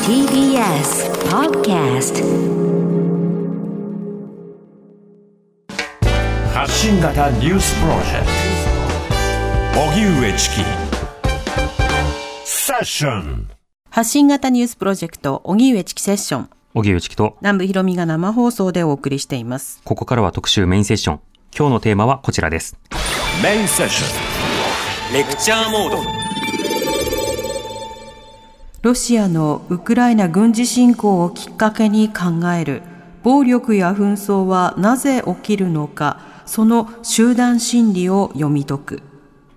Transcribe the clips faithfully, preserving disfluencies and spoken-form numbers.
ティービーエス Podcast 発信型ニュースプロジェクト荻上チキセッション。 発信型ニュースプロジェクト荻上チキセッション、 荻上チキと南部ひろみが生放送でお送りしています。 ここからは特集メインセッション。今日のテーマはこちらです。 メインセッションレクチャーモード。 ロシアのウクライナ軍事侵攻をきっかけに考える暴力や紛争はなぜ起きるのか、その集団心理を読み解く。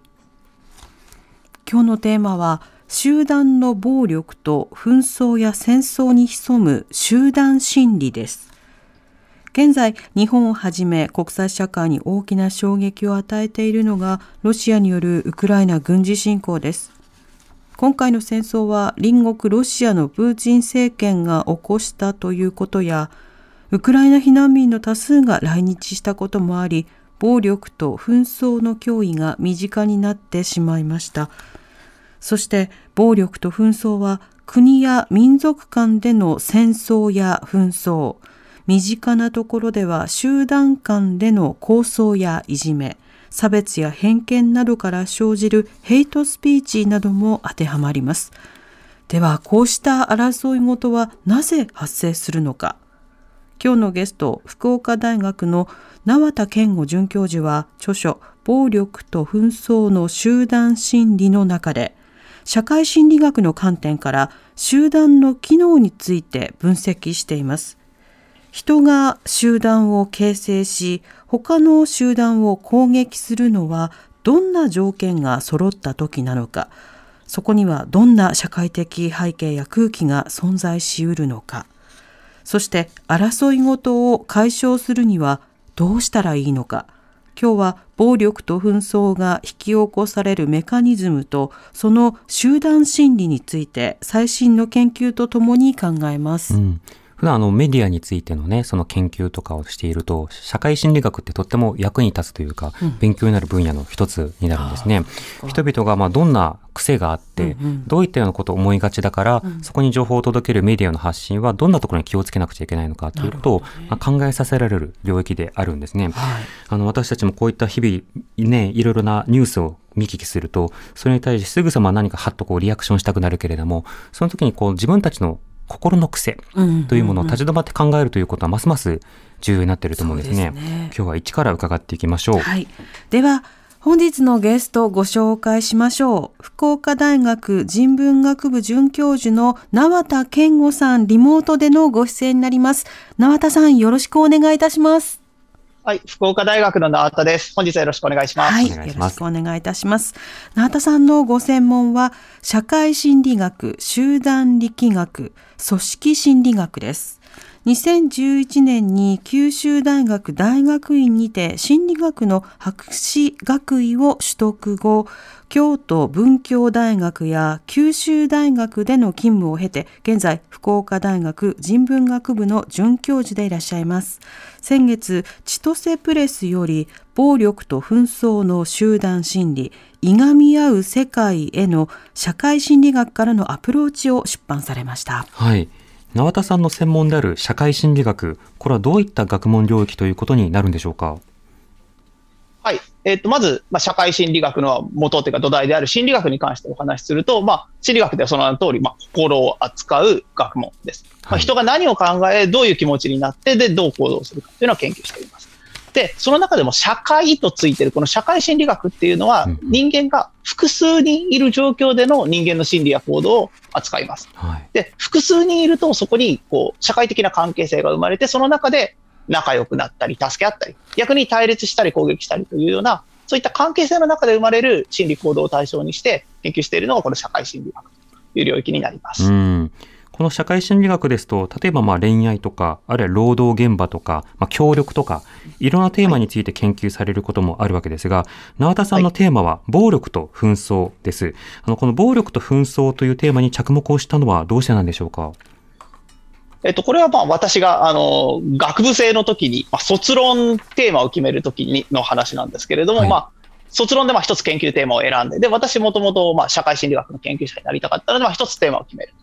今日のテーマは集団の暴力と紛争や戦争に潜む集団心理です。現在、日本をはじめ国際社会に大きな衝撃を与えているのがロシアによるウクライナ軍事侵攻です。今回の戦争は隣国ロシアのプーチン政権が起こしたということや、ウクライナ避難民の多数が来日したこともあり、暴力と紛争の脅威が身近になってしまいました。そして暴力と紛争は国や民族間での戦争や紛争、身近なところでは集団間での抗争やいじめ、差別や偏見などから生じるヘイトスピーチなども当てはまります。では、こうした争いごとはなぜ発生するのか。今日のゲスト、福岡大学の縄田健吾准教授は著書暴力と紛争の集団心理の中で、社会心理学の観点から集団の機能について分析しています。人が集団を形成し、他の集団を攻撃するのはどんな条件が揃った時なのか、そこにはどんな社会的背景や空気が存在しうるのか、そして争いごとを解消するにはどうしたらいいのか。今日は暴力と紛争が引き起こされるメカニズムとその集団心理について最新の研究とともに考えます。 うん普段あのメディアについてのね、その研究とかをしていると、社会心理学ってとっても役に立つというか、うん、勉強になる分野の一つになるんですね。人々がまあどんな癖があって、うんうん、どういったようなことを思いがちだから、うん、そこに情報を届けるメディアの発信はどんなところに気をつけなくちゃいけないのかということを、ねまあ、考えさせられる領域であるんですね。はい、あの私たちもこういった日々ね、いろいろなニュースを見聞きすると、それに対してすぐさま何かハッとこうリアクションしたくなるけれども、その時にこう自分たちの心の癖というものを立ち止まって考えるということはますます重要になっていると思うんですね。ですね。今日は一から伺っていきましょう。 はい、では本日のゲストをご紹介しましょう。福岡大学人文学部准教授の縄田健吾さん、リモートでのご出演になります。縄田さん、よろしくお願いいたします。 はい、福岡大学の縄田です。本日はよろしくお願いします。 はい、よろしくお願いいたします。縄田さんのご専門は社会心理学、集団力学、組織心理学です。にせんじゅういちねんに九州大学大学院にて心理学の博士学位を取得後、京都文教大学や九州大学での勤務を経て、現在福岡大学人文学部の准教授でいらっしゃいます。先月、千歳プレスより暴力と紛争の集団心理、いがみ合う世界への社会心理学からのアプローチを出版されました。 はい。縄田さんの専門である社会心理学、これはどういった学問領域ということになるんでしょうか。 はい。えっと、まず、まあ、社会心理学の元というか土台である心理学に関してお話しすると、まあ、心理学ではその名の通り、まあ、心を扱う学問です。はいまあ、人が何を考え、どういう気持ちになって、で、どう行動するかというのを研究しています。で、その中でも社会とついているこの社会心理学っていうのは、人間が複数人いる状況での人間の心理や行動を扱います。はい、で、複数人いるとそこにこう社会的な関係性が生まれて、その中で仲良くなったり、助け合ったり、逆に対立したり攻撃したりというような、そういった関係性の中で生まれる心理行動を対象にして研究しているのがこの社会心理学という領域になります。 うんこの社会心理学ですと、例えばまあ恋愛とか、あるいは労働現場とか、まあ、協力とか、いろんなテーマについて研究されることもあるわけですが、縄田さんのテーマは暴力と紛争です。あのこの暴力と紛争というテーマに着目をしたのはどうしてなんでしょうか。 えっと、これはまあ私があの学部生の時に、まあ、卒論テーマを決める時にの話なんですけれども、はい、まあ卒論でまあ一つ研究テーマを選んで、で私もともとまあ社会心理学の研究者になりたかったので、まあ一つテーマを決める。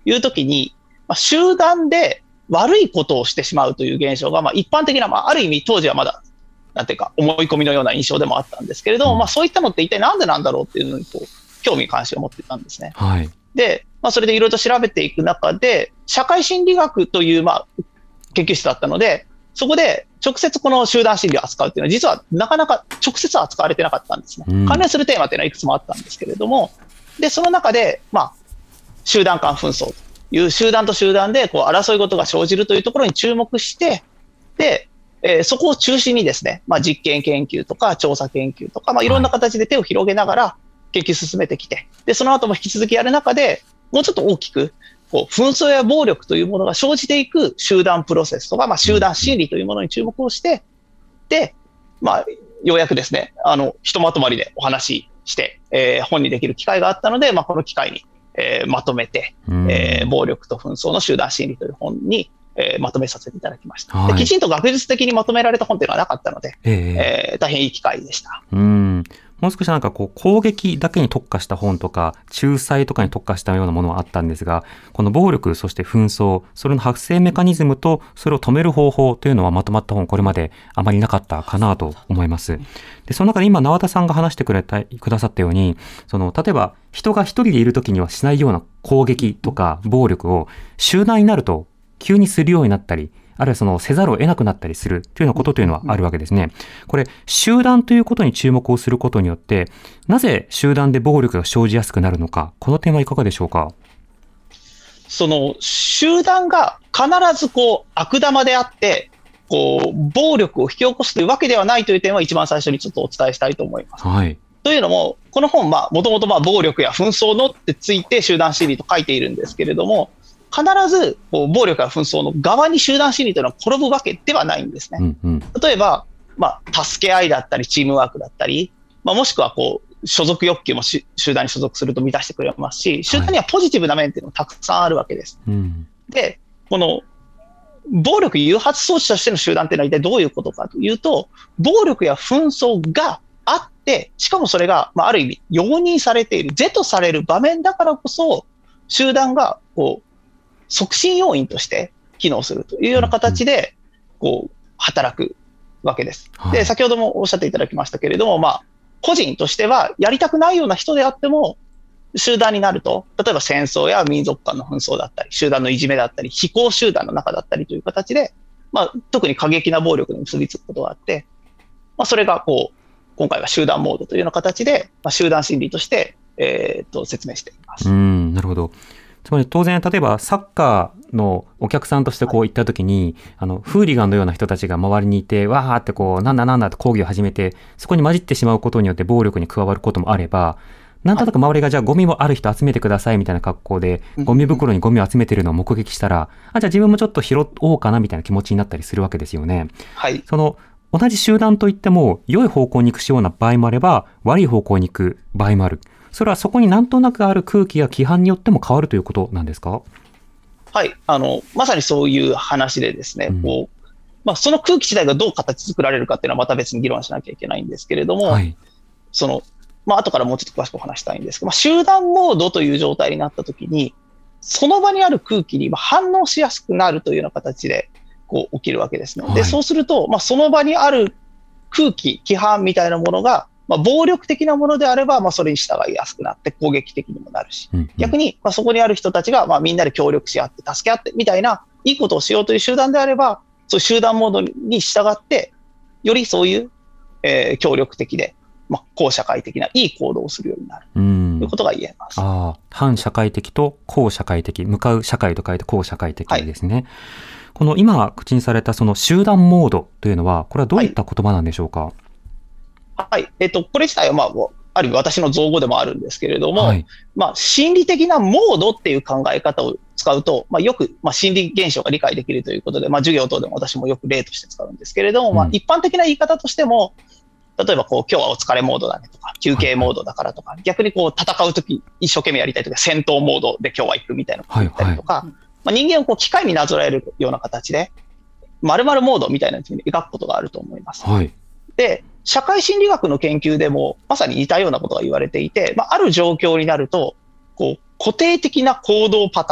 いうときに、まあ、集団で悪いことをしてしまうという現象が、まあ、一般的な、まあ、ある意味当時はまだ、なんていうか、思い込みのような印象でもあったんですけれども、うん、まあ、そういったのって一体なんでなんだろうっていうのにこう興味関心を持っていたんですね。 はい、 で、まあ、それでいろいろと調べていく中で、社会心理学という、まあ、研究室だったので、そこで直接この集団心理を扱うっていうのは、実はなかなか直接は扱われてなかったんですね。うん、関連するテーマっていうのはいくつもあったんですけれども、で、その中で、まあ、集団間紛争という集団と集団でこう争い事が生じるというところに注目して、で、えー、そこを中心にですね、まあ、実験研究とか調査研究とか、まあ、いろんな形で手を広げながら研究進めてきて、で、その後も引き続きやる中で、もうちょっと大きく、こう紛争や暴力というものが生じていく集団プロセスとか、まあ、集団心理というものに注目をして、で、まあ、ようやくですね、あの、ひとまとまりでお話しして、えー、本にできる機会があったので、まあ、この機会に、えー、まとめて、えー、暴力と紛争の集団心理という本に、えー、まとめさせていただきました、はい、で。きちんと学術的にまとめられた本というのはなかったので、えーえー、大変いい機会でした。 うん、もう少しなんかこう攻撃だけに特化した本とか仲裁とかに特化したようなものはあったんですが、この暴力そして紛争、それの発生メカニズムとそれを止める方法というのはまとまった本、これまであまりなかったかなと思います。で、その中で今縄田さんが話してくれたくださったように、その例えば人が一人でいるときにはしないような攻撃とか暴力を集団になると急にするようになったり、あるいはそのせざるを得なくなったりするというようなことというのはあるわけですね。これ、集団ということに注目をすることによって、なぜ集団で暴力が生じやすくなるのか、この点はいかがでしょうか。 その集団が必ずこう悪玉であって、こう暴力を引き起こすというわけではないという点は一番最初にちょっとお伝えしたいと思います。 はい。 というのも、この本、まあ、もともとまあ暴力や紛争のってついて集団心理と書いているんですけれども、必ずこう暴力や紛争の側に集団心理というのは転ぶわけではないんですね。うんうん、例えば、まあ、助け合いだったり、チームワークだったり、まあ、もしくはこう所属欲求も集団に所属すると満たしてくれますし、集団にはポジティブな面っていうのもたくさんあるわけです。はい、で、この暴力誘発装置としての集団っていうのは一体どういうことかというと、暴力や紛争があって、しかもそれが、まあ、ある意味容認されている、是とされる場面だからこそ、集団がこう促進要因として機能するというような形でこう働くわけです。で、先ほどもおっしゃっていただきましたけれども、まあ、個人としてはやりたくないような人であっても、集団になると、例えば戦争や民族間の紛争だったり、集団のいじめだったり、非行集団の中だったりという形で、まあ、特に過激な暴力に結びつくことがあって、まあ、それがこう今回は集団モードというような形で、まあ、集団心理として、えー、と説明しています。 うん、なるほど。つまり当然、例えばサッカーのお客さんとしてこう行った時に、はい、あのフーリガンのような人たちが周りにいて、わーってこうなんだなんだって抗議を始めて、そこに混じってしまうことによって暴力に加わることもあれば、なんとなく周りがじゃあゴミもある人集めてくださいみたいな格好でゴミ袋にゴミを集めてるのを目撃したら、あ、じゃあ自分もちょっと拾おうかなみたいな気持ちになったりするわけですよね。 はい。 その同じ集団といっても良い方向に行くような場合もあれば、悪い方向に行く場合もある。それはそこになんとなくある空気や規範によっても変わるということなんですか？ はい、あのまさにそういう話でですね、うん、こうまあ、その空気自体がどう形作られるかっていうのはまた別に議論しなきゃいけないんですけれども、はい、そのまあ後からもうちょっと詳しくお話したいんですけど、まあ、集団モードという状態になったときに、その場にある空気に反応しやすくなるというような形でこう起きるわけですね。はい、でそうすると、まあ、その場にある空気、規範みたいなものがまあ、暴力的なものであれば、まあ、それに従いやすくなって攻撃的にもなるし、うんうん、逆に、まあ、そこにある人たちが、まあ、みんなで協力し合って助け合ってみたいないいことをしようという集団であれば、そういう集団モードに従ってよりそういう、えー、協力的で、まあ、公社会的ないい行動をするようになるということが言えます。 あ、反社会的と公社会的、向かう社会と書いて公社会的ですね。はい、この今口にされたその集団モードというのは、これはどういった言葉なんでしょうか？はいはい、えっと、これ自体は、まあ、ある意味私の造語でもあるんですけれども、はい、まあ、心理的なモードっていう考え方を使うと、まあ、よく、まあ、心理現象が理解できるということで、まあ、授業等でも私もよく例として使うんですけれども、うん、まあ、一般的な言い方としても、例えばこう、今日はお疲れモードだねとか、休憩モードだからとか、はい、逆にこう、戦うとき一生懸命やりたいとか、戦闘モードで今日は行くみたいなことを言ったりとか、はいはい、まあ、人間をこう機械になぞらえるような形で、〇〇モードみたいなふうに描くことがあると思います。はい、で、社会心理学の研究でもまさに似たようなことが言われていて、まあ、ある状況になるとこう固定的な行動パターン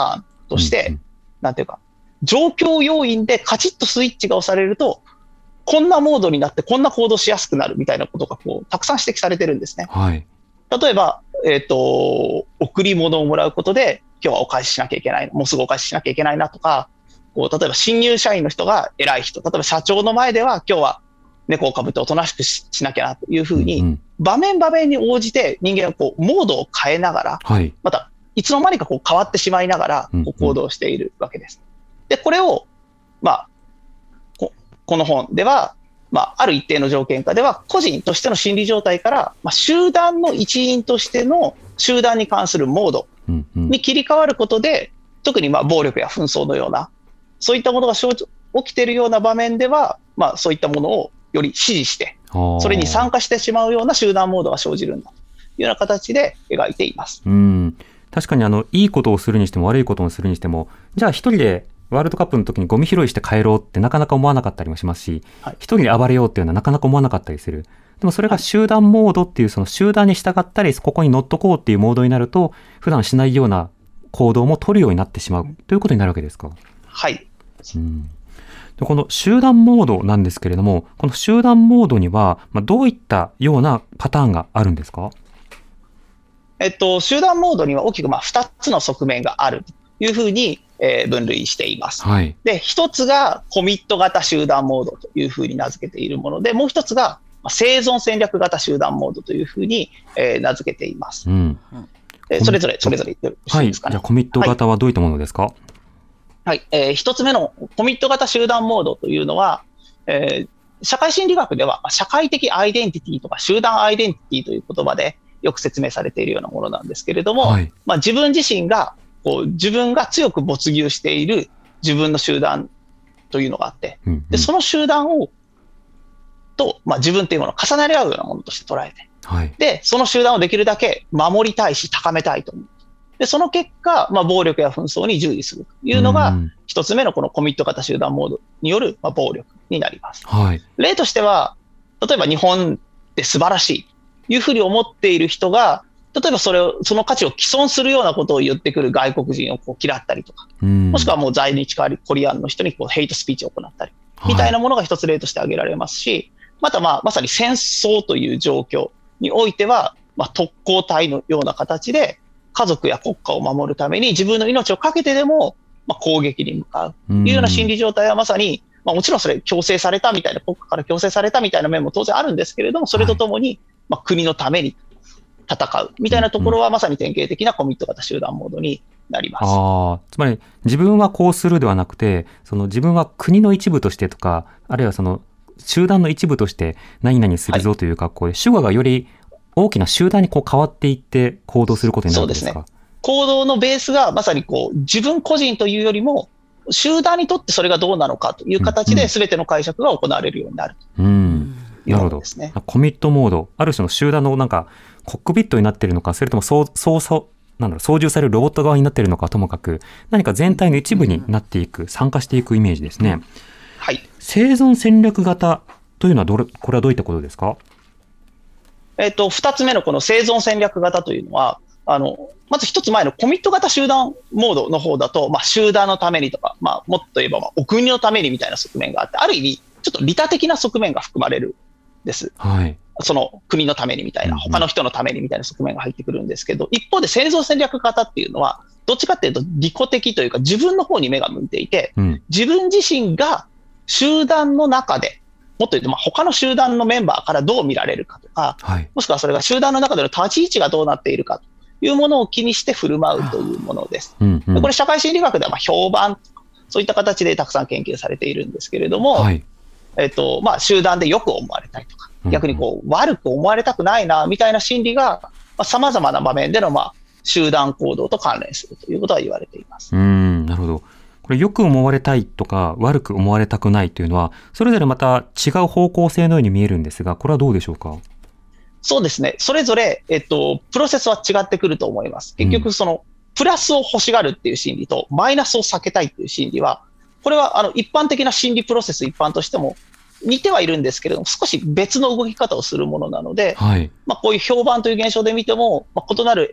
として、 うんうん、 なんていうか、状況要因でカチッとスイッチが押されると、こんなモードになってこんな行動しやすくなるみたいなことがこうたくさん指摘されてるんですね。 はい、 例えば、えっと、贈り物をもらうことで、今日はお返ししなきゃいけない、もうすぐお返ししなきゃいけないなとか、こう例えば新入社員の人が偉い人、例えば社長の前では今日は猫をかぶっておとなしく し, しなきゃなというふうに、うんうん、場面場面に応じて人間はこうモードを変えながら、はい、またいつの間にかこう変わってしまいながらこう行動しているわけです。で、これを、まあ、こ, この本では、まあ、ある一定の条件下では個人としての心理状態から、まあ、集団の一員としての集団に関するモードに切り替わることで、うんうん、特にまあ暴力や紛争のようなそういったものが起きているような場面では、まあ、そういったものをより支持してそれに参加してしまうような集団モードが生じるんだというような形で描いています。 うん、確かにあのいいことをするにしても悪いことをするにしても、じゃあ一人でワールドカップの時にゴミ拾いして帰ろうってなかなか思わなかったりもしますし、はい、一人で暴れようっていうのはなかなか思わなかったりする。でもそれが集団モードっていうその集団に従ったりここに乗っとこうっていうモードになると普段しないような行動も取るようになってしまうということになるわけですか。 はい。 うん、でこの集団モードなんですけれども、この集団モードにはまあどういったようなパターンがあるんですか。 えっと、集団モードには大きくまあふたつの側面があるというふうにえー、分類しています。はい、で、一つがコミット型集団モードというふうに名付けているもので、もう一つが生存戦略型集団モードというふうに、えー、名付けています。うん、えそれぞれ、それぞれ言ってよろしいですかね。 はい、じゃあコミット型はどういったものですか。はい、 はい、えー、一つ目のコミット型集団モードというのは、えー、社会心理学では社会的アイデンティティとか集団アイデンティティという言葉でよく説明されているようなものなんですけれども、はい、まあ、自分自身がこう自分が強く没入している自分の集団というのがあって、うんうん、でその集団をと、まあ、自分というものを重なり合うようなものとして捉えて、はい、でその集団をできるだけ守りたいし高めたいと思う。でその結果、まあ、暴力や紛争に従事するというのが一つ目のこのコミット型集団モードによる、まあ、暴力になります。はい、例としては例えば日本って素晴らしいというふうに思っている人が例えばそれをその価値を毀損するようなことを言ってくる外国人をこう嫌ったりとか、もしくはもう在日コリアンの人にこうヘイトスピーチを行ったりみたいなものが一つ例として挙げられますし、はい、また、まあ、まさに戦争という状況においては、まあ、特攻隊のような形で家族や国家を守るために自分の命をかけてでも、まあ、攻撃に向かうというような心理状態はまさに、まあ、もちろんそれ強制されたみたいな国家から強制されたみたいな面も当然あるんですけれども、それとともに、はい、まあ、国のために戦うみたいなところはまさに典型的なコミット型集団モードになります。 あ、つまり自分はこうするではなくて、その自分は国の一部としてとか、あるいはその集団の一部として何々するぞという格好で、はい、主語がより大きな集団にこう変わっていって行動することになるんですか。そうですね。 行動のベースがまさにこう自分個人というよりも集団にとってそれがどうなのかという形で全ての解釈が行われるようになるというものですね。 コミットモード、ある種の集団のなんかコックピットになっているのか、それとも操作なんだろう操縦されるロボット側になっているのかともかく、何か全体の一部になっていく、うん、参加していくイメージですね。 はい。 生存戦略型というのはどれ、これはどういったことですか。 えっと、二つ目のこの生存戦略型というのは、あの、まず一つ前のコミット型集団モードの方だと、まあ、集団のためにとか、まあ、もっと言えば、まあ、お国のためにみたいな側面があって、ある意味、ちょっと利他的な側面が含まれるんです。はい。その国のためにみたいな、他の人のためにみたいな側面が入ってくるんですけど、一方で生存戦略型っていうのは、どっちかっていうと利己的というか、自分の方に目が向いていて、うん、自分自身が集団の中で、もっと言うと、まあ、他の集団のメンバーからどう見られるかとか、はい、もしくはそれが集団の中での立ち位置がどうなっているかというものを気にして振る舞うというものです。うんうん、でこれ社会心理学ではまあ評判、そういった形でたくさん研究されているんですけれども、はい、えっとまあ、集団でよく思われたりとか、逆にこう悪く思われたくないなみたいな心理がさまざ、まな場面でのまあ集団行動と関連するということは言われています。 うーん、なるほど。これよく思われたいとか悪く思われたくないというのはそれぞれまた違う方向性のように見えるんですが、これはどうでしょうか。 そうですね。それぞれ、えっと、プロセスは違ってくると思います。結局その、うん、プラスを欲しがるっていう心理とマイナスを避けたいっていう心理は、これはあの一般的な心理プロセス一般としても似てはいるんですけれども、少し別の動き方をするものなので、はい、まあ、こういう評判という現象で見ても、まあ、異なる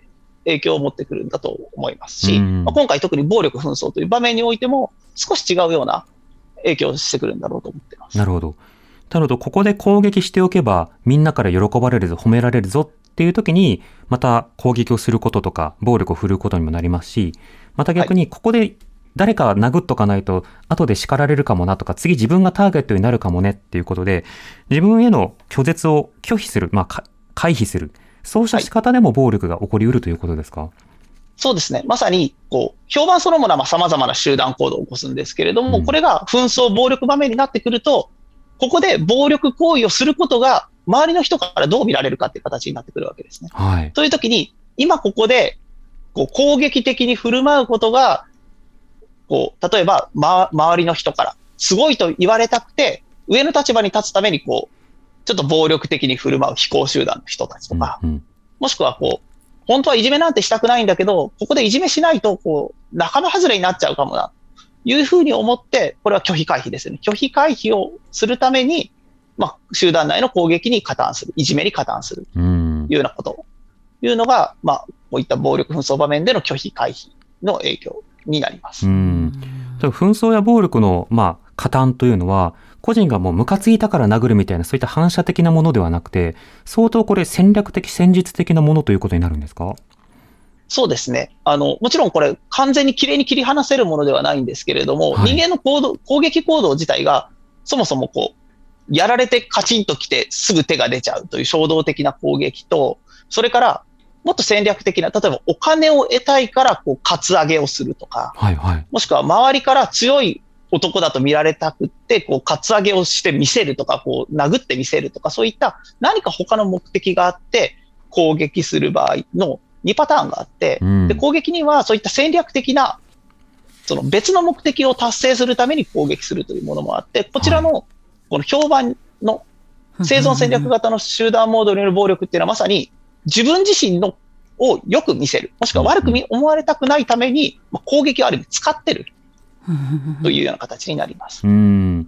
影響を持ってくるんだと思いますし、 うんまあ、今回特に暴力紛争という場面においても少し違うような影響をしてくるんだろうと思っています。 なるほど。なるほど。ここで攻撃しておけばみんなから喜ばれるぞ、褒められるぞっていう時にまた攻撃をすることとか暴力を振るうことにもなりますし、また逆にここで誰か殴っとかないと後で叱られるかもなとか、次自分がターゲットになるかもねっていうことで自分への拒絶を拒否する、まあ回避する、そうした仕方でも暴力が起こりうるということですか？ そうですね。まさに、こう、評判そのものは様々な集団行動を起こすんですけれども、 うん、 これが紛争、暴力場面になってくると、ここで暴力行為をすることが、周りの人からどう見られるかっていう形になってくるわけですね。 はい。 というときに、今ここで、こう、攻撃的に振る舞うことが、こう、例えば、ま、周りの人から、すごいと言われたくて、上の立場に立つために、こう、ちょっと暴力的に振る舞う非行集団の人たちとか、 うんうん、 もしくはこう、本当はいじめなんてしたくないんだけど、ここでいじめしないと、こう、仲間外れになっちゃうかもな、というふうに思って、これは拒否回避ですよね。拒否回避をするために、まあ、集団内の攻撃に加担する、いじめに加担する、というようなこと、いうのが、まあ、こういった暴力紛争場面での拒否回避の影響になります。 うん。紛争や暴力の、まあ、加担というのは、個人がもうムカついたから殴るみたいな、そういった反射的なものではなくて、相当これ戦略的、戦術的なものということになるんですか？ そうですね。あの、もちろんこれ完全にきれいに切り離せるものではないんですけれども、はい、人間の行動、攻撃行動自体が、そもそもこう、やられてカチンときてすぐ手が出ちゃうという衝動的な攻撃と、それからもっと戦略的な、例えばお金を得たいからこう、カツアゲをするとか、 はいはい、 もしくは周りから強い男だと見られたくって、こう、カツアゲをして見せるとか、こう、殴って見せるとか、そういった何か他の目的があって攻撃する場合のにパターンがあって、うん、で、攻撃にはそういった戦略的な、その別の目的を達成するために攻撃するというものもあって、こちらの、この評判の生存戦略型の集団モードによる暴力っていうのはまさに自分自身のをよく見せる、もしくは悪く思われたくないために攻撃をある意味使ってる。というような形になります。 うん、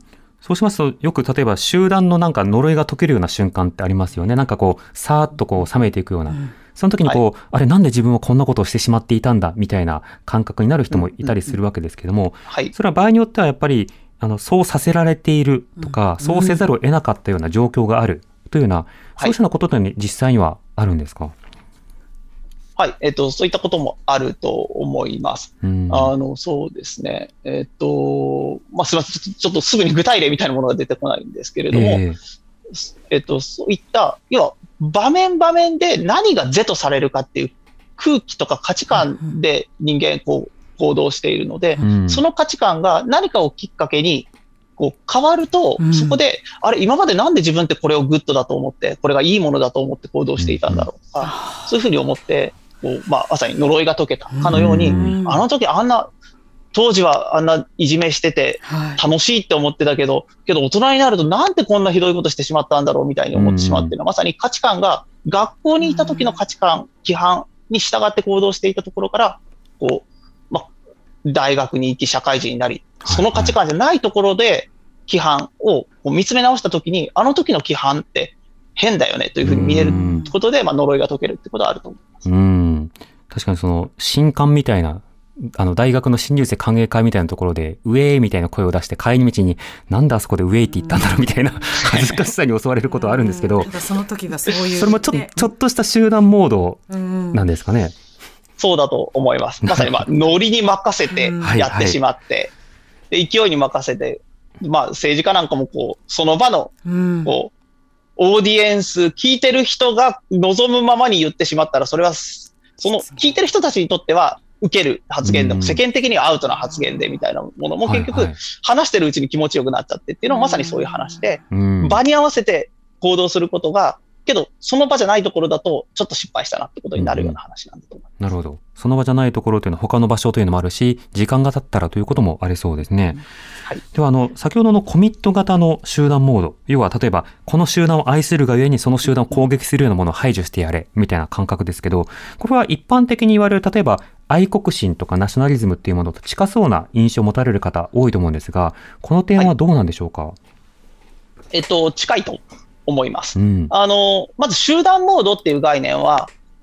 そうしますと、よく例えば集団のなんか呪いが解けるような瞬間ってありますよね。なんかこうさーっとこう冷めていくような、うん、その時にこう、はい、あれなんで自分はこんなことをしてしまっていたんだみたいな感覚になる人もいたりするわけですけども、うんうんうんはい、それは場合によってはやっぱりあのそうさせられているとか、うん、そうせざるを得なかったような状況があるというような、そうしたようなことというのは実際にはあるんですか？ はい、えっと、そういったこともあると思います。うん、あの、そうですね。えっと、まあ、すみません。ちょっとすぐに具体例みたいなものが出てこないんですけれども、えー、えっと、そういった、要は、場面場面で何が是とされるかっていう空気とか価値観で人間、こう、行動しているので、うん、その価値観が何かをきっかけに、こう変わると、うん、そこで、あれ、今までなんで自分ってこれをグッドだと思って、これがいいものだと思って行動していたんだろうとか、うん、そういうふうに思って、こうまあ、まさに呪いが解けたかのように、うん、あの時あんな、当時はあんないじめしてて楽しいって思ってたけど、はい、けど大人になるとなんでこんなひどいことしてしまったんだろうみたいに思ってしまっているのは、まさに価値観が学校にいた時の価値観、規範に従って行動していたところから、こう、まあ、大学に行き社会人になり、その価値観じゃないところで規範をこう見つめ直した時に、あの時の規範って変だよねというふうに見えることで、まあ、呪いが解けるってことはあると思います。 うん確かにその新刊みたいなあの大学の新入生歓迎会みたいなところでウェーみたいな声を出して帰り道になんであそこでウェーって言ったんだろうみたいな恥ずかしさに襲われることはあるんですけど、 その時はそういう、 それもちょっと、ちょっとした集団モードなんですかね。 そうだと思います。まさにまあノリに任せてやってしまって、はいはい、で勢いに任せて、まあ政治家なんかもこうその場のこうオーディエンス、聞いてる人が望むままに言ってしまったら、それは、その聞いてる人たちにとっては受ける発言でも、世間的にはアウトな発言でみたいなものも結局、話してるうちに気持ちよくなっちゃってっていうのはまさにそういう話で、場に合わせて行動することが、けど、その場じゃないところだと、ちょっと失敗したなってことになるような話なんだと思います。 うん、なるほど。その場じゃないところというのは他の場所というのもあるし、時間が経ったらということもありそうですね。うんはい、では、あの、先ほどのコミット型の集団モード、要は例えば、この集団を愛するがゆえにその集団を攻撃するようなものを排除してやれ、みたいな感覚ですけど、これは一般的に言われる、例えば、愛国心とかナショナリズムっていうものと近そうな印象を持たれる方多いと思うんですが、この点はどうなんでしょうか？はい、 えっと、近いと思います。うん、あの、まず集団モードっていう概念は、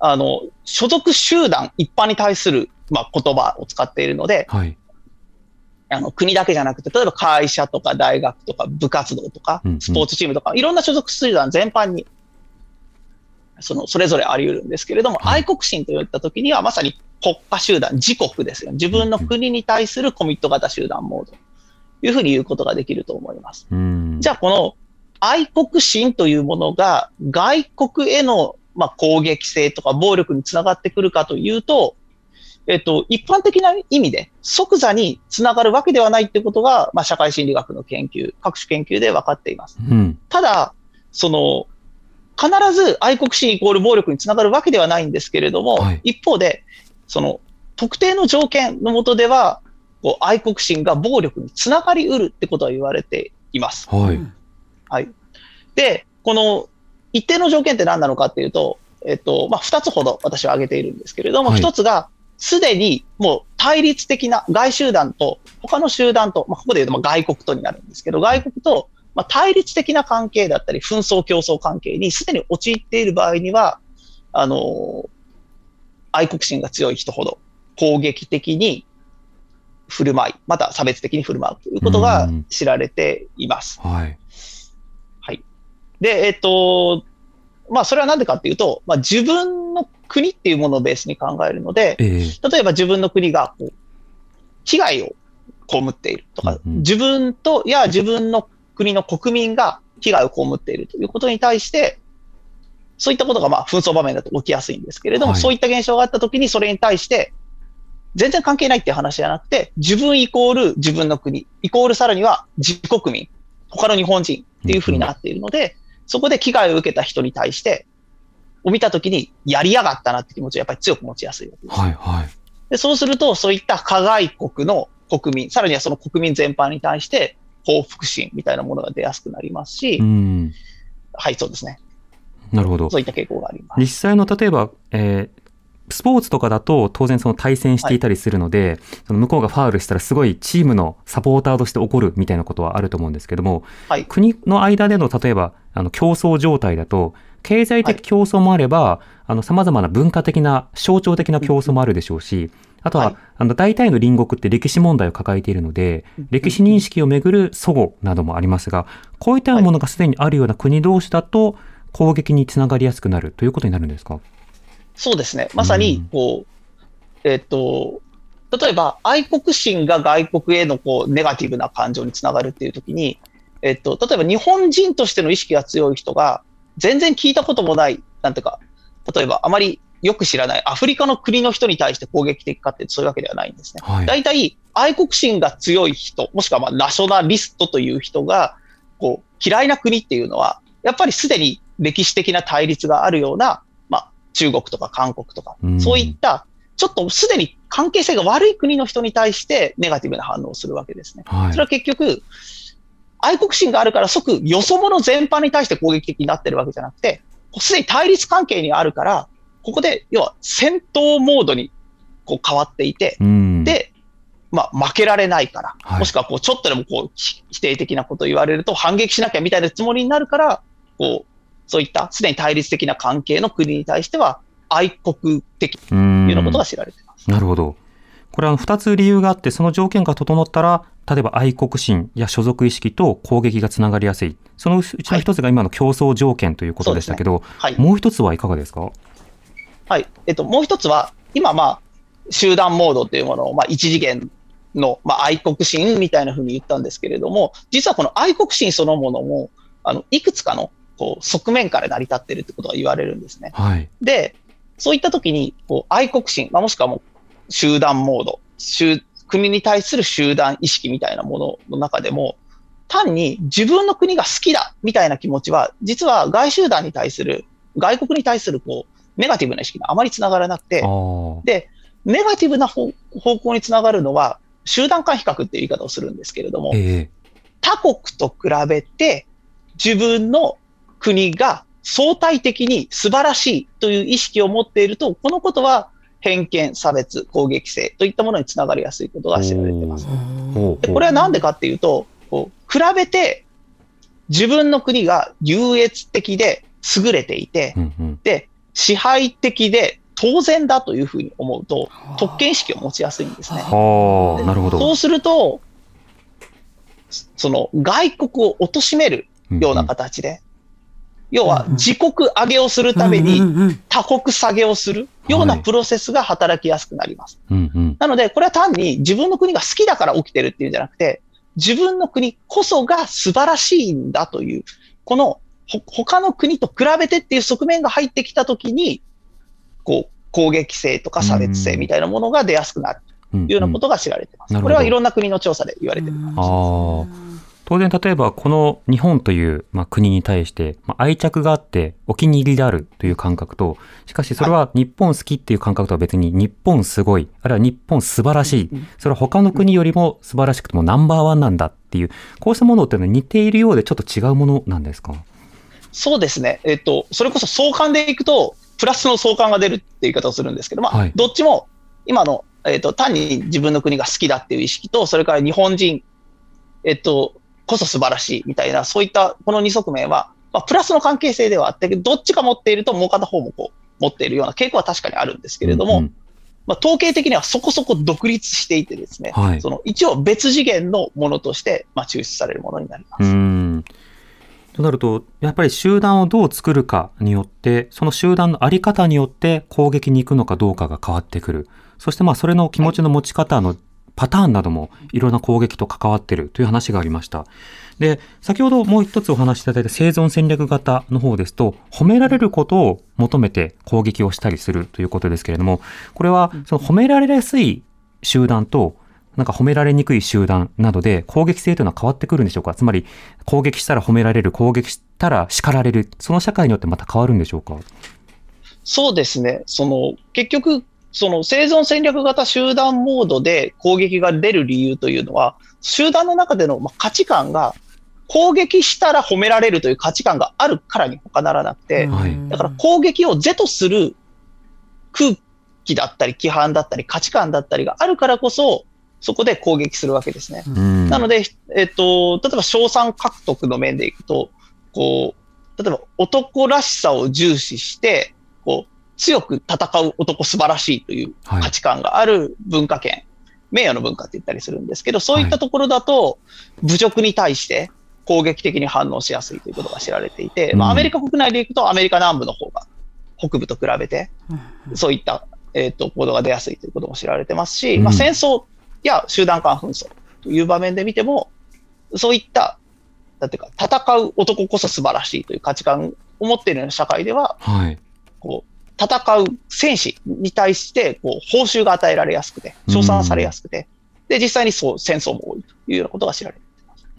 あの、所属集団一般に対する、まあ、言葉を使っているので、 はい。 あの、国だけじゃなくて、例えば会社とか大学とか部活動とか、スポーツチームとか、いろんな所属集団全般に、その、それぞれあり得るんですけれども、はい、愛国心といったときには、まさに国家集団、自国ですよ。自分の国に対するコミット型集団モード。というふうに言うことができると思います。うん、じゃあ、この愛国心というものが外国への、まあ、攻撃性とか暴力につながってくるかというと、えっと、一般的な意味で即座につながるわけではないってことが、まあ、社会心理学の研究、各種研究で分かっています。うん、ただ、その、必ず愛国心イコール暴力につながるわけではないんですけれども、はい、一方で、その、特定の条件の下では、こう愛国心が暴力につながりうるってことは言われています。はい。はい。で、この一定の条件って何なのかっていうと、えっと、まあ、二つほど私は挙げているんですけれども、一、はい、つが、すでにもう対立的な外集団と他の集団と、まあ、ここで言うとまあ外国とになるんですけど、外国とまあ対立的な関係だったり、紛争競争関係にすでに陥っている場合には、あのー、愛国心が強い人ほど攻撃的に振る舞い、また差別的に振る舞うということが知られています。はい。はい。で、えっと、まあ、それはなんでかっていうと、まあ、自分の国っていうものをベースに考えるので、えー、例えば自分の国がこう被害を被っているとか、うんうん、自分と、いや自分の国の国民が被害を被っているということに対して、そういったことがまあ紛争場面だと起きやすいんですけれども、はい、そういった現象があったときにそれに対して、全然関係ないっていう話じゃなくて、自分イコール自分の国、イコールさらには自国民、他の日本人っていうふうになっているので、うんうん、そこで危害を受けた人に対して、を見たときに、やりやがったなって気持ちをやっぱり強く持ちやすいわけです。はいはい。で、そうすると、そういった加害国の国民、さらにはその国民全般に対して、報復心みたいなものが出やすくなりますし、うん、はい、そうですね。 なるほど。 そういった傾向があります。 実際の、例えば、えー、スポーツとかだと当然その対戦していたりするので、はい、その向こうがファウルしたらすごいチームのサポーターとして怒るみたいなことはあると思うんですけども、はい、国の間での例えばあの競争状態だと経済的競争もあれば、はい、あの様々な文化的な象徴的な競争もあるでしょうし、あとは、はい、あの大体の隣国って歴史問題を抱えているので、歴史認識をめぐる齟齬などもありますが、こういったものがすでにあるような国同士だと攻撃につながりやすくなるということになるんですか？ そうですね。まさにこう、うんえっと、例えば愛国心が外国へのこうネガティブな感情につながるっていうときに、えっと、例えば日本人としての意識が強い人が全然聞いたこともない、なんていうか、例えばあまりよく知らないアフリカの国の人に対して攻撃的かってそういうわけではないんですね。はい、大体愛国心が強い人、もしくはまあナショナリストという人がこう嫌いな国っていうのは、やっぱりすでに歴史的な対立があるような、まあ、中国とか韓国とか、うん、そういったちょっとすでに関係性が悪い国の人に対してネガティブな反応をするわけですね。はい、それは結局、愛国心があるから即よそ者全般に対して攻撃的になってるわけじゃなくて、すでに対立関係にあるから、ここで要は戦闘モードにこう変わっていて、うん、で、まあ負けられないから、はい、もしくはこうちょっとでもこう否定的なことを言われると反撃しなきゃみたいなつもりになるから、こうそういったすでに対立的な関係の国に対しては、愛国的というようなことが知られています。 なるほど。これはふたつ理由があって、その条件が整ったら、例えば愛国心や所属意識と攻撃がつながりやすい。そのうちの一つが今の競争条件ということでしたけど、はいねはい、もう一つはいかがですか？ はい。えっと、もう一つは、今、まあ、集団モードっていうものを、まあ、一次元の、まあ、愛国心みたいなふうに言ったんですけれども、実はこの愛国心そのものも、あの、いくつかのこう側面から成り立っているってことが言われるんですね。はい、で、そういったときに、こう愛国心、まあ、もしくはもう集団モード、国に対する集団意識みたいなものの中でも、単に自分の国が好きだみたいな気持ちは、実は外集団に対する、外国に対するこうネガティブな意識があまりつながらなくて、で、ネガティブな方向につながるのは、集団間比較っていう言い方をするんですけれども、えー、他国と比べて自分の国が相対的に素晴らしいという意識を持っていると、このことは偏見、差別、攻撃性といったものにつながりやすいことが知られています。でこれはなんでかっていうと、こう比べて自分の国が優越的で優れていて、うんうん、で、 支配的で当然だというふうに思うと、特権意識を持ちやすいんですね。 はあ、なるほど。 そうすると、その外国を貶としめるような形で、うんうん、要は自国上げをするために他国下げをするようなプロセスが働きやすくなります。はいうんうん、なので、これは単に自分の国が好きだから起きてるっていうんじゃなくて、自分の国こそが素晴らしいんだという、この他の国と比べてっていう側面が入ってきたときに、こう、攻撃性とか差別性みたいなものが出やすくなるというようなことが知られています。うんうん、これはいろんな国の調査で言われている話です。あ当然、例えばこの日本という、まあ、国に対して、まあ、愛着があってお気に入りであるという感覚と、しかしそれは日本好きっていう感覚とは別に日本すごい、あるいは日本素晴らしい、それは他の国よりも素晴らしくてもナンバーワンなんだっていう、こうしたものっていうのは似ているようでちょっと違うものなんですか？ そうですね。えっと、それこそ相関でいくと、プラスの相関が出るっていう言い方をするんですけど、まあ、はい、どっちも今の、えっと、単に自分の国が好きだっていう意識と、それから日本人、えっと、こそ素晴らしいみたいな、そういったこの二側面は、まあ、プラスの関係性ではあって、どっちか持っているともう片方もこう持っているような傾向は確かにあるんですけれども、うんうん、まあ、統計的にはそこそこ独立していてですね、はい、その一応別次元のものとしてまあ抽出されるものになります。 うんとなると、やっぱり集団をどう作るかによって、その集団のあり方によって攻撃に行くのかどうかが変わってくる。そしてまあそれの気持ちの持ち方のパターンなどもいろんな攻撃と関わっているという話がありました。で、先ほどもう一つお話しいただいた生存戦略型の方ですと、褒められることを求めて攻撃をしたりするということですけれども、これはその褒められやすい集団となんか褒められにくい集団などで攻撃性というのは変わってくるんでしょうか？つまり攻撃したら褒められる、攻撃したら叱られる、その社会によってまた変わるんでしょうか？ そうですね。その結局その生存戦略型集団モードで攻撃が出る理由というのは、集団の中での価値観が攻撃したら褒められるという価値観があるからに他ならなくて、はい、だから攻撃を是とする空気だったり規範だったり価値観だったりがあるからこそ、そこで攻撃するわけですね。うん、なので、えっと、例えば賞賛獲得の面でいくと、こう、例えば男らしさを重視して、こう、強く戦う男素晴らしいという価値観がある文化圏、はい、名誉の文化って言ったりするんですけど、そういったところだと、侮辱に対して攻撃的に反応しやすいということが知られていて、うん、まあ、アメリカ国内でいくとアメリカ南部の方が北部と比べて、そういった、えっと、行動が出やすいということも知られてますし、うん、まあ、戦争や集団間紛争という場面で見ても、そういった、なんていうか、戦う男こそ素晴らしいという価値観を持っているような社会では、はい、こう、戦う戦士に対してこう報酬が与えられやすくて、称賛されやすくて、うん、で、実際にそう戦争も多いというようなことが知られています。 うん。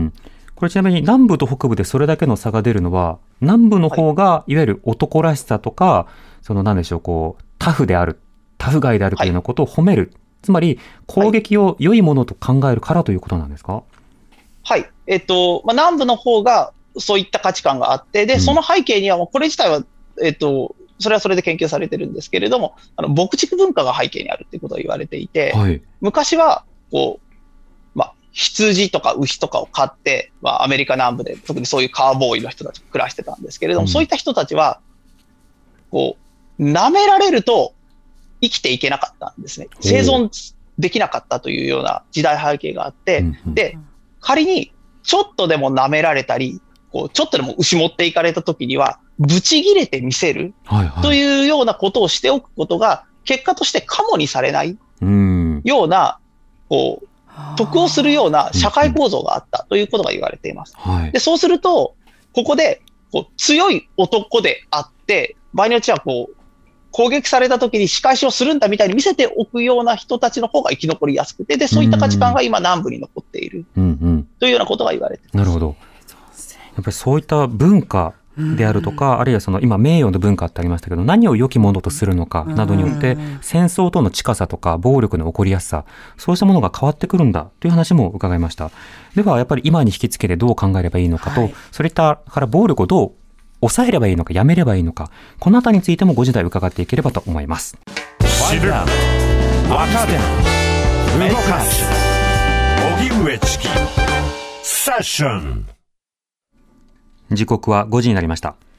これちなみに南部と北部でそれだけの差が出るのは、南部の方がいわゆる男らしさとか、はい、その何でしょう、こう、タフである、タフガイであるというようなことを褒める。はい、つまり、攻撃を良いものと考えるからということなんですか？ はい。えっと、まあ、南部の方がそういった価値観があって、で、うん、その背景にはもうこれ自体は、えっと、それはそれで研究されてるんですけれども、あの牧畜文化が背景にあるっていうことを言われていて、はい、昔はこう、まあ、羊とか牛とかを飼って、まあ、アメリカ南部で特にそういうカーボーイの人たちが暮らしてたんですけれども、うん、そういった人たちはこう舐められると生きていけなかったんですね。生存できなかったというような時代背景があって、うんうん、で仮にちょっとでも舐められたり、こうちょっとでも牛持っていかれた時にはブチ切れてみせるというようなことをしておくことが結果としてカモにされないような、こう得をするような社会構造があったということが言われています。でそうするとここでこう強い男であって場合によってはこう攻撃された時に仕返しをするんだみたいに見せておくような人たちの方が生き残りやすくて、でそういった価値観が今南部に残っているというようなことが言われています。 なるほど。やっぱりそういった文化であるとか、うん、あるいはその今名誉の文化ってありましたけど、何を良きものとするのかなどによって、うん、戦争との近さとか暴力の起こりやすさ、そうしたものが変わってくるんだという話も伺いました。ではやっぱり今に引き付けてどう考えればいいのかと、はい、それから暴力をどう抑えればいいのかやめればいいのか、このあたりについてもご時代伺っていければと思います。 知る、若手、動かす、荻上チキセッション。 時刻はごじになりました。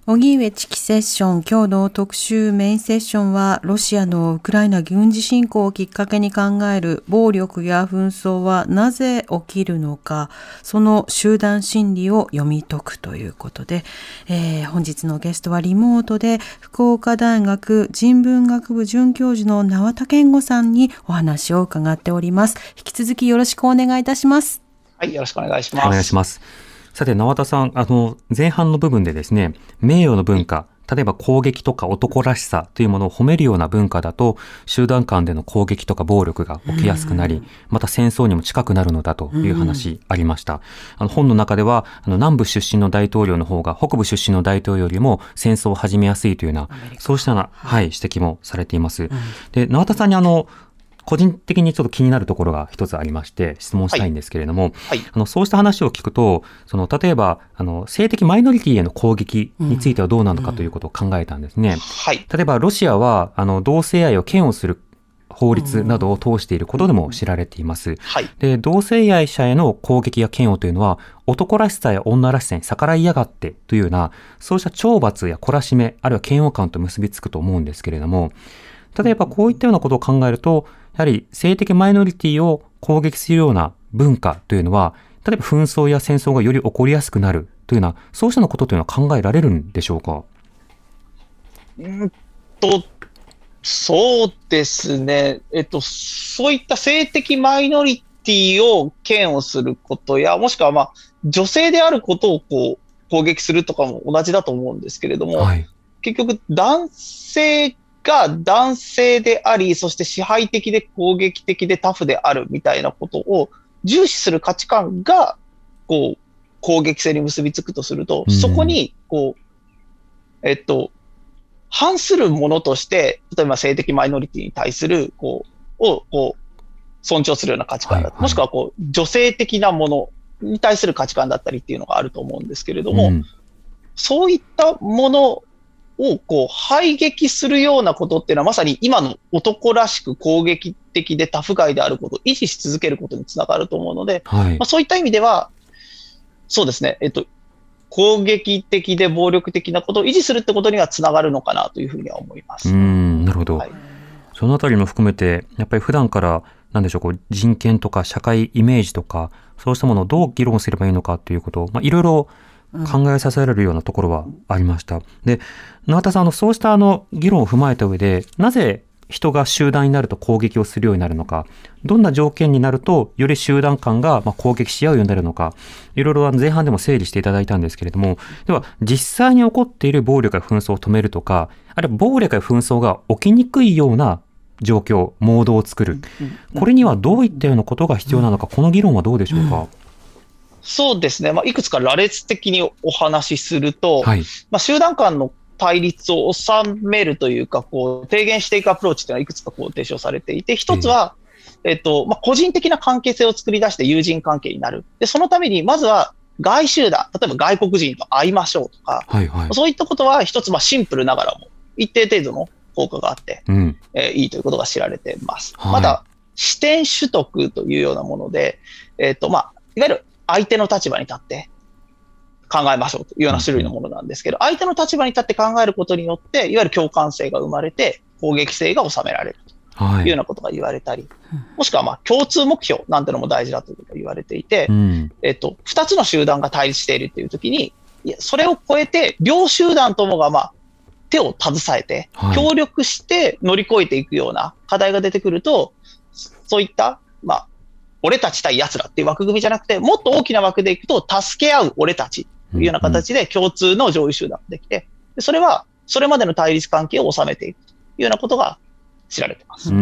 荻上チキセッション、今日の特集メインセッションは、ロシアのウクライナ軍事侵攻をきっかけに考える暴力や紛争はなぜ起きるのか、その集団心理を読み解くということで、えー、本日のゲストはリモートで福岡大学人文学部准教授の縄田健吾さんにお話を伺っております。引き続きよろしくお願いいたします。 はい、よろしくお願いします。 お願いします。さて、縄田さん、あの、前半の部分でですね、名誉の文化、例えば攻撃とか男らしさというものを褒めるような文化だと、集団間での攻撃とか暴力が起きやすくなり、また戦争にも近くなるのだという話ありました。あの本の中では、あの南部出身の大統領の方が北部出身の大統領よりも戦争を始めやすいというような、そうしたような、はい、指摘もされています。で、縄田さんにあの、個人的にちょっと気になるところが一つありまして質問したいんですけれども、はいはい、あのそうした話を聞くと、その例えばあの性的マイノリティへの攻撃についてはどうなのかということを考えたんですね。うんうんはい、例えばロシアはあの同性愛を嫌悪する法律などを通していることでも知られています。はい、で、同性愛者への攻撃や嫌悪というのは男らしさや女らしさに逆らいやがってというような、そうした懲罰や懲らしめあるいは嫌悪感と結びつくと思うんですけれども、例えばこういったようなことを考えると、やはり性的マイノリティを攻撃するような文化というのは、例えば紛争や戦争がより起こりやすくなるというような、そうしたようなことというのは考えられるんでしょうか？ うんと、そうですね。えっと、そういった性的マイノリティを嫌悪することや、もしくはまあ、女性であることをこう攻撃するとかも同じだと思うんですけれども、はい、結局男性が男性であり、そして支配的で攻撃的でタフであるみたいなことを重視する価値観がこう攻撃性に結びつくとすると、うん、そこにこう、えっと、反するものとして、例えば性的マイノリティに対するこうをこう尊重するような価値観だったり、はいはい、もしくはこう女性的なものに対する価値観だったりっていうのがあると思うんですけれども、うん、そういったものをこう排撃するようなことっていうのはまさに今の男らしく攻撃的でタフガイであることを維持し続けることにつながると思うので、はい、まあ、そういった意味ではそうですね、えっと、攻撃的で暴力的なことを維持するってことにはつながるのかなというふうには思います。 うーん、なるほど、はい、そのあたりも含めてやっぱり普段からなんでしょう、こう人権とか社会イメージとかそうしたものをどう議論すればいいのかということを、まあ、いろいろ考えさせられるようなところはありました。で、縄田さん、あのそうしたあの議論を踏まえた上で、なぜ人が集団になると攻撃をするようになるのか、どんな条件になるとより集団間がまあ攻撃し合うようになるのか、いろいろあの前半でも整理していただいたんですけれども、では実際に起こっている暴力や紛争を止めるとか、あるいは暴力や紛争が起きにくいような状況、モードを作る、これにはどういったようなことが必要なのか、この議論はどうでしょうか？ そうですね、まあ、いくつか羅列的にお話しすると、はい、まあ、集団間の対立を収めるというか、こう低減していくアプローチというのはいくつかこう提唱されていて、一つは、えっとまあ、個人的な関係性を作り出して友人関係になる。で、そのためにまずは外集団、例えば外国人と会いましょうとか、はいはい、そういったことは一つまあシンプルながらも一定程度の効果があって、うんえー、いいということが知られています。はい、また、視点取得というようなもので、えっとまあ、いわゆる相手の立場に立って考えましょうというような種類のものなんですけど、相手の立場に立って考えることによって、いわゆる共感性が生まれて、攻撃性が収められるというようなことが言われたり、はい、もしくはまあ共通目標なんてのも大事だということが言われていて、うん、えっと、二つの集団が対立しているというときに、いやそれを超えて、両集団ともがまあ手を携えて、協力して乗り越えていくような課題が出てくると、そういった、まあ、俺たち対奴らっていう枠組みじゃなくて、もっと大きな枠でいくと、助け合う俺たちというような形で共通の上位集団ができて、それはそれまでの対立関係を収めていくというようなことが知られています。 うん、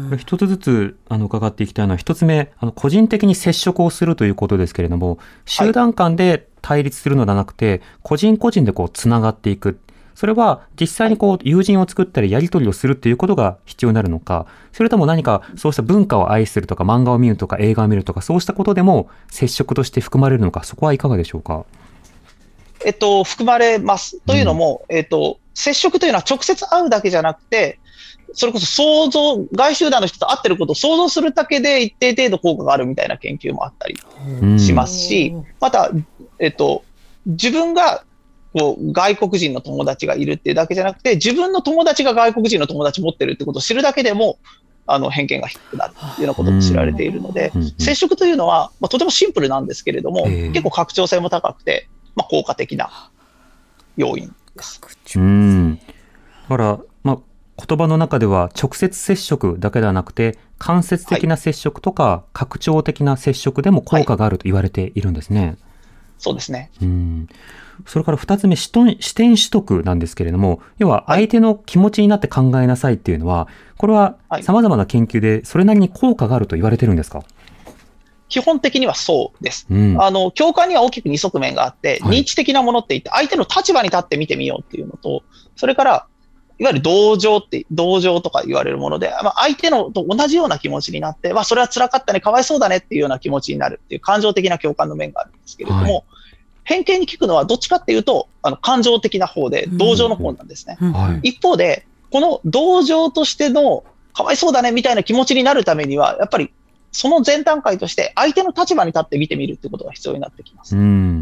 これ一つずつあの伺っていきたいのは、一つ目、あの個人的に接触をするということですけれども、集団間で対立するのではなくて、はい、個人個人でこうつながっていく。それは実際にこう友人を作ったりやり取りをするということが必要になるのか、それとも何かそうした文化を愛するとか漫画を見るとか映画を見るとかそうしたことでも接触として含まれるのか、そこはいかがでしょうか？ えっと、含まれます。というのも、うん、えっと、接触というのは直接会うだけじゃなくて、それこそ想像、外集団の人と会ってることを想像するだけで一定程度効果があるみたいな研究もあったりしますし、うん、また、えっと、自分がこう外国人の友達がいるっていうだけじゃなくて、自分の友達が外国人の友達持ってるってことを知るだけでも、あの偏見が低くなるっていうようなことも知られているので、接触というのは、まあ、とてもシンプルなんですけれども、結構拡張性も高くて、まあ、効果的な要因です。 うん。だから、まあ、言葉の中では直接接触だけではなくて、間接的な接触とか拡張的な接触でも効果があると言われているんですね。はい、 そうですね。 うん。それから二つ目、視点、視点取得なんですけれども、要は相手の気持ちになって考えなさいっていうのは、これは様々な研究でそれなりに効果があると言われてるんですか？ 基本的にはそうです。 うん、 あの、共感には大きく二側面があって、はい、認知的なものって言って、相手の立場に立って見てみようっていうのと、それから、いわゆる同情って、同情とか言われるもので、まあ、相手のと同じような気持ちになって、まあ、それは辛かったね、かわいそうだねっていうような気持ちになるっていう感情的な共感の面があるんですけれども、はい、偏見に聞くのはどっちかっていうと、あの、感情的な方で、同情の方なんですね。うんはい、一方で、この同情としての、かわいそうだねみたいな気持ちになるためには、やっぱり、その前段階として、相手の立場に立って見てみるってことが必要になってきます。うん、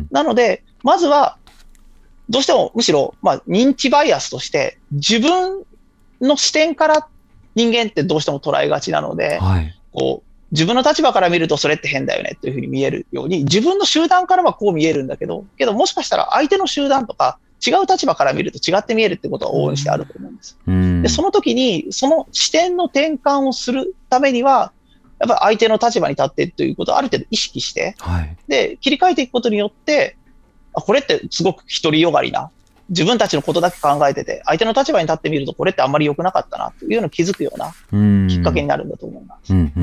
なので、まずは、どうしても、むしろ、まあ、認知バイアスとして、自分の視点から人間ってどうしても捉えがちなので、はい、こう自分の立場から見るとそれって変だよねというふうに見えるように、自分の集団からはこう見えるんだけど、けどもしかしたら相手の集団とか違う立場から見ると違って見えるってことは往々にしてあると思うんです。うん、でその時にその視点の転換をするためには、やっぱり相手の立場に立ってということをある程度意識して、はい、で切り替えていくことによって、あ、これってすごく独りよがりな、自分たちのことだけ考えてて、相手の立場に立ってみるとこれってあんまり良くなかったなというのを気づくようなきっかけになるんだと思います。うんうん、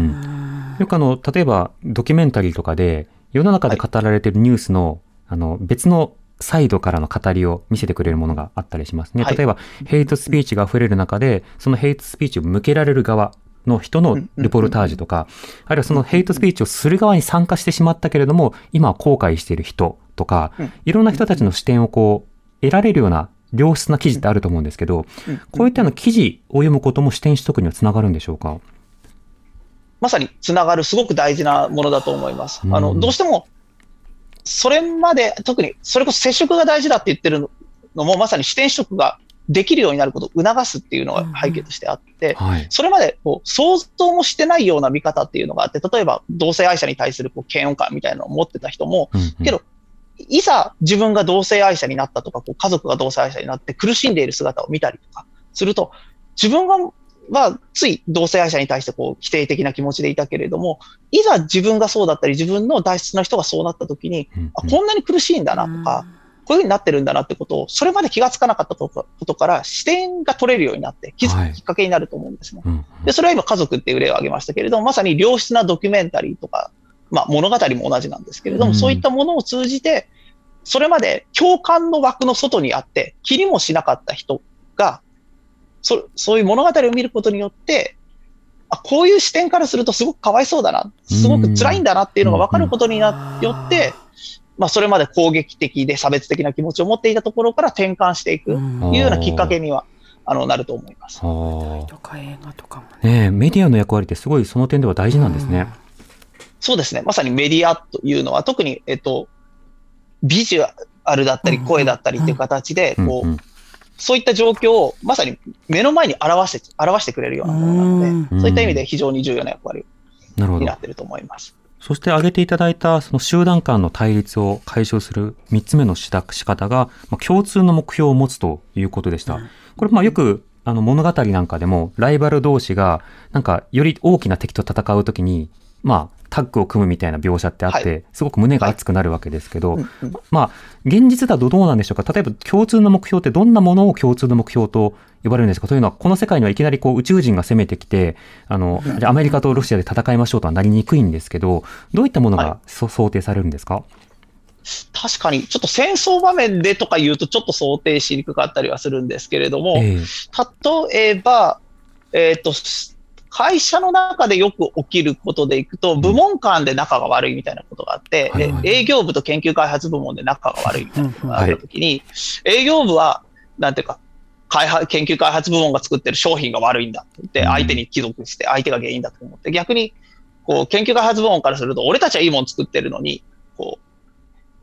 よくあの、例えばドキュメンタリーとかで世の中で語られているニュースの、はい、あの別のサイドからの語りを見せてくれるものがあったりしますね。例えば、はい、ヘイトスピーチが溢れる中で、そのヘイトスピーチを向けられる側の人のルポルタージュとか、あるいはそのヘイトスピーチをする側に参加してしまったけれども、今は後悔している人とか、いろんな人たちの視点をこう、得られるような良質な記事ってあると思うんですけど、こういったの記事を読むことも視点取得にはつながるんでしょうか？ まさにつながるすごく大事なものだと思います。あの、どうしても、それまで、特にそれこそ接触が大事だって言ってるのも、まさに視点取得ができるようになることを促すっていうのが背景としてあって、うんはい、それまでこう想像もしてないような見方っていうのがあって、例えば同性愛者に対するこう嫌悪感みたいなのを持ってた人も、うんうん、けど、いざ自分が同性愛者になったとか、こう家族が同性愛者になって苦しんでいる姿を見たりとかすると、自分がはつい同性愛者に対してこう否定的な気持ちでいたけれども、いざ自分がそうだったり、自分の大切な人がそうなった時に、うんうん、あ、こんなに苦しいんだなとか、こういう風になってるんだなってことを、それまで気がつかなかったことから視点が取れるようになって、気づくきっかけになると思うんですね。はい、で、それは今家族っていう例を挙げましたけれども、まさに良質なドキュメンタリーとか、まあ物語も同じなんですけれども、うん、そういったものを通じて、それまで共感の枠の外にあって、気にもしなかった人が、そ, そういう物語を見ることによって、あ、こういう視点からするとすごくかわいそうだな、すごく辛いんだなっていうのが分かることによって、まあ、それまで攻撃的で差別的な気持ちを持っていたところから転換していくというようなきっかけにはあのなると思います。 とか映画とかもね、メディアの役割ってすごいその点では大事なんですね。 そうですね。まさにメディアというのは特に、えっと、ビジュアルだったり声だったりっていう形で、こう、うんうん、そういった状況をまさに目の前に表して、表してくれるようなものなので、そういった意味で非常に重要な役割になっていると思います。 そして挙げていただいたその集団間の対立を解消するみっつめの仕方が、まあ、共通の目標を持つということでした。うん、これまあよくあの物語なんかでもライバル同士がなんかより大きな敵と戦うときにまあタッグを組むみたいな描写ってあって、はい、すごく胸が熱くなるわけですけど、はいうんうん、まあ現実だとどうなんでしょうか。例えば共通の目標ってどんなものを共通の目標と呼ばれるんですか。というのはこの世界にはいきなりこう宇宙人が攻めてきてあのじゃあアメリカとロシアで戦いましょうとはなりにくいんですけど、どういったものが、はい、想定されるんですか。 確かにちょっと戦争場面でとか言うとちょっと想定しにくかったりはするんですけれども、えー、例えば、えーと会社の中でよく起きることでいくと、部門間で仲が悪いみたいなことがあって、うんはいはい、営業部と研究開発部門で仲が悪いみたいなことがあったときに、はい、営業部は、なんていうか、開発、研究開発部門が作ってる商品が悪いんだって言って、相手に帰属して、相手が原因だと思って、逆に、こう、研究開発部門からすると、俺たちはいいもの作ってるのに、こう、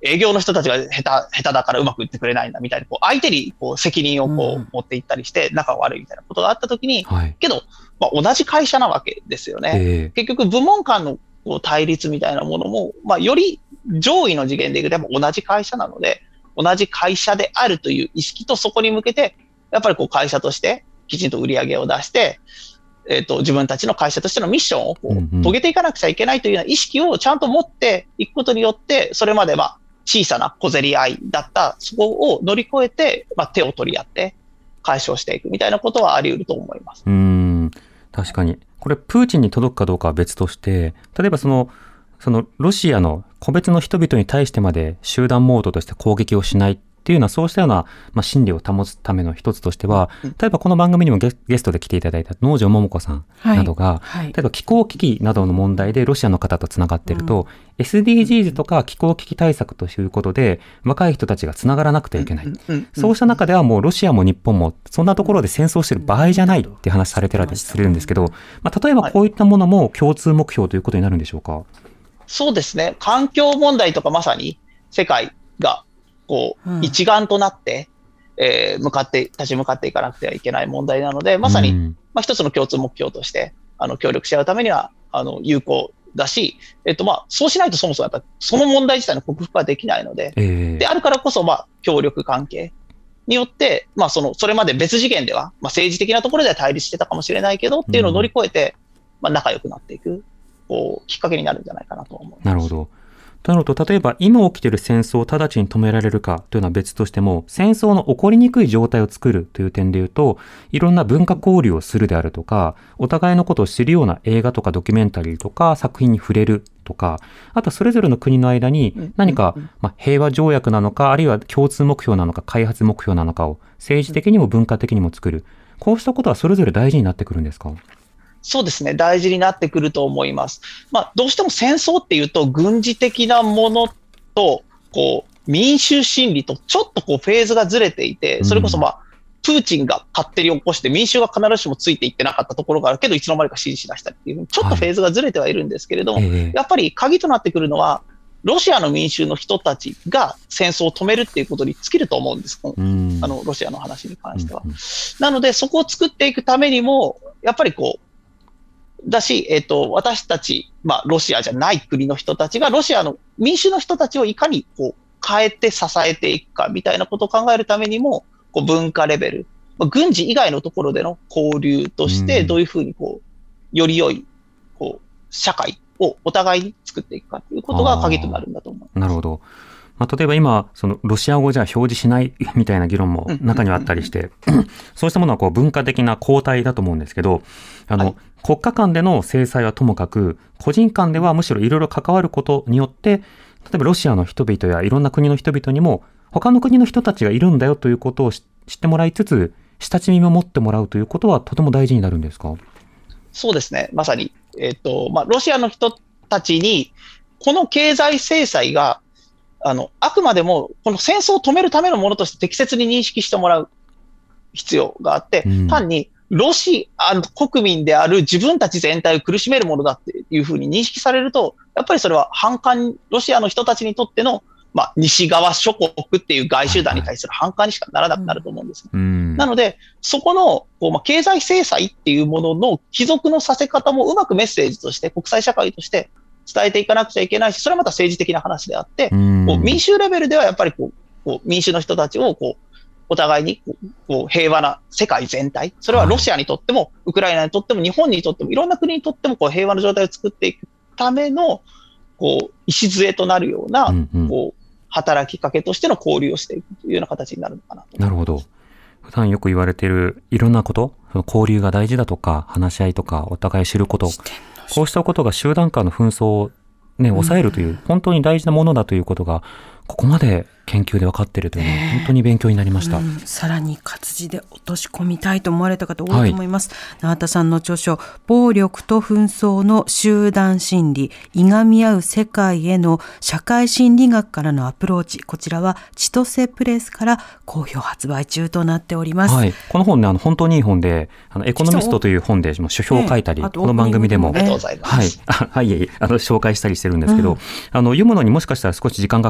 営業の人たちが下手、下手だからうまくいってくれないんだみたいな、こう相手にこう責任をこう持っていったりして仲が悪いみたいなことがあったときに、 はい、 けど、まあ、同じ会社なわけですよね。 えー、 結局部門間のこう対立みたいなものも、まあ、より上位の次元でいくと同じ会社なので、同じ会社であるという意識とそこに向けて、やっぱりこう会社としてきちんと売り上げを出して、えっと、自分たちの会社としてのミッションをこう遂げていかなくちゃいけないというような意識をちゃんと持っていくことによって、それまでまあ小さな小競り合いだった、そこを乗り越えて、まあ、手を取り合って解消していくみたいなことはあり得ると思います。 うーん、確かに。これ、プーチンに届くかどうかは別として、例えばその、そのロシアの個別の人々に対してまで集団モードとして攻撃をしないっていうような、そうしたような、まあ、心理を保つための一つとしては、例えばこの番組にも ゲ, ゲストで来ていただいた能條桃子さんなどが、はいはい、例えば気候危機などの問題でロシアの方とつながっていると、うん、エスディージーズ とか気候危機対策ということで若い人たちがつながらなくてはいけない、うんうん、そうした中ではもうロシアも日本もそんなところで戦争している場合じゃないっていう話されてたりするんですけど、まあ、例えばこういったものも共通目標ということになるんでしょうか。 そうですね。環境問題とかまさに世界がこう、うん、一丸となって、えー、向かって、立ち向かっていかなくてはいけない問題なので、まさに、うん、まあ、一つの共通目標として、あの、協力し合うためには、あの、有効だし、えっと、まあ、そうしないとそもそもやっぱその問題自体の克服はできないので、えー、であるからこそ、まあ、協力関係によって、まあ、その、それまで別次元では、まあ、政治的なところでは対立してたかもしれないけど、っていうのを乗り越えて、うん、まあ、仲良くなっていく。こうきっかけになるんじゃないかなと思います。 なるほど。となると、例えば今起きている戦争を直ちに止められるかというのは別としても、戦争の起こりにくい状態を作るという点でいうと、いろんな文化交流をするであるとか、お互いのことを知るような映画とかドキュメンタリーとか作品に触れるとか、あとそれぞれの国の間に何か、まあ、平和条約なのか、あるいは共通目標なのか、開発目標なのかを政治的にも文化的にも作る。こうしたことはそれぞれ大事になってくるんですか？ そうですね。大事になってくると思います。まあ、どうしても戦争っていうと、軍事的なものと、こう、民衆心理とちょっとこう、フェーズがずれていて、それこそまあ、プーチンが勝手に起こして、民衆が必ずしもついていってなかったところがあるけど、いつの間にか支持しだしたりっていう、ちょっとフェーズがずれてはいるんですけれども、はい、やっぱり鍵となってくるのは、ロシアの民衆の人たちが戦争を止めるっていうことに尽きると思うんです。うん、あの、ロシアの話に関しては。うん、なので、そこを作っていくためにも、やっぱりこう、だし、えっと、私たち、まあ、ロシアじゃない国の人たちが、ロシアの民主の人たちをいかにこう変えて支えていくかみたいなことを考えるためにも、こう文化レベル、まあ、軍事以外のところでの交流として、どういうふうにこう、より良い、こう、社会をお互いに作っていくかということが鍵となるんだと思います。 なるほど。まあ、例えば今、そのロシア語じゃ表示しないみたいな議論も中にはあったりして、そうしたものはこう文化的な後退だと思うんですけど、あの、はい、国家間での制裁はともかく、個人間ではむしろいろいろ関わることによって、例えばロシアの人々やいろんな国の人々にも、他の国の人たちがいるんだよということを知ってもらいつつ、親しみを持ってもらうということはとても大事になるんですか？ そうですね。まさに、えっと、まあ、ロシアの人たちに、この経済制裁が、あの、あくまでも、この戦争を止めるためのものとして適切に認識してもらう必要があって、うん、単に、ロシアの国民である自分たち全体を苦しめるものだっていうふうに認識されると、やっぱりそれは反感、ロシアの人たちにとっての、まあ、西側諸国っていう外集団に対する反感にしかならなくなると思うんです。うん、なので、そこの、こう、まあ、経済制裁っていうものの帰属のさせ方もうまくメッセージとして、国際社会として伝えていかなくちゃいけないし、それはまた政治的な話であって、うん、こう民衆レベルではやっぱりこう、こう民衆の人たちをこう、お互いにこう平和な世界全体、それはロシアにとっても、ウクライナにとっても、日本にとっても、いろんな国にとってもこう平和な状態を作っていくための、こう、礎となるような、こう、働きかけとしての交流をしていくというような形になるのかなと。 なるほど。普段よく言われているいろんなこと、交流が大事だとか、話し合いとか、お互い知ること、こうしたことが集団間の紛争をね、抑えるという、本当に大事なものだということが、ここまで研究で分かっているというのは本当に勉強になりました、えーうん、 さらに活字で落とし込みたいと思われた方多いと思います、はい、永田さんの著書暴力と紛争の集団心理いがみ合う世界への社会心理学からのアプローチ、こちらは千歳プレスから好評発売中となっております、 はい、この本ね、あの本当にいい本で、あのエコノミストという本で書評を書いたり、ね、この番組でも、 ありがとうございます、 はい、はい、あの紹介したりしてるんですけど、うん、あの読むのにもしかしたら少し時間がかかるかも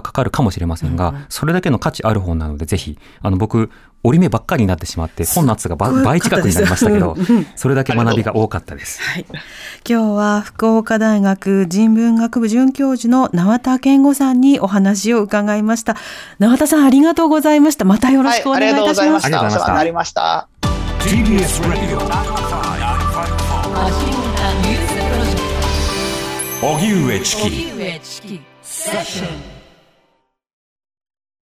もしれませんが、うん、それだけの価値ある本なので、ぜひ、あの、僕、折り目ばっかりになってしまって、本の厚さが倍近くになりましたけど、それだけ学びが多かったです。 はい、今日は福岡大学人文学部准教授の縄田健吾さんにお話を伺いました。縄田さん、ありがとうございました。またよろしくお願いいたします。 はい、ありがとうございました。お世話になりました。ティービーエス Radio 荻上チキセッション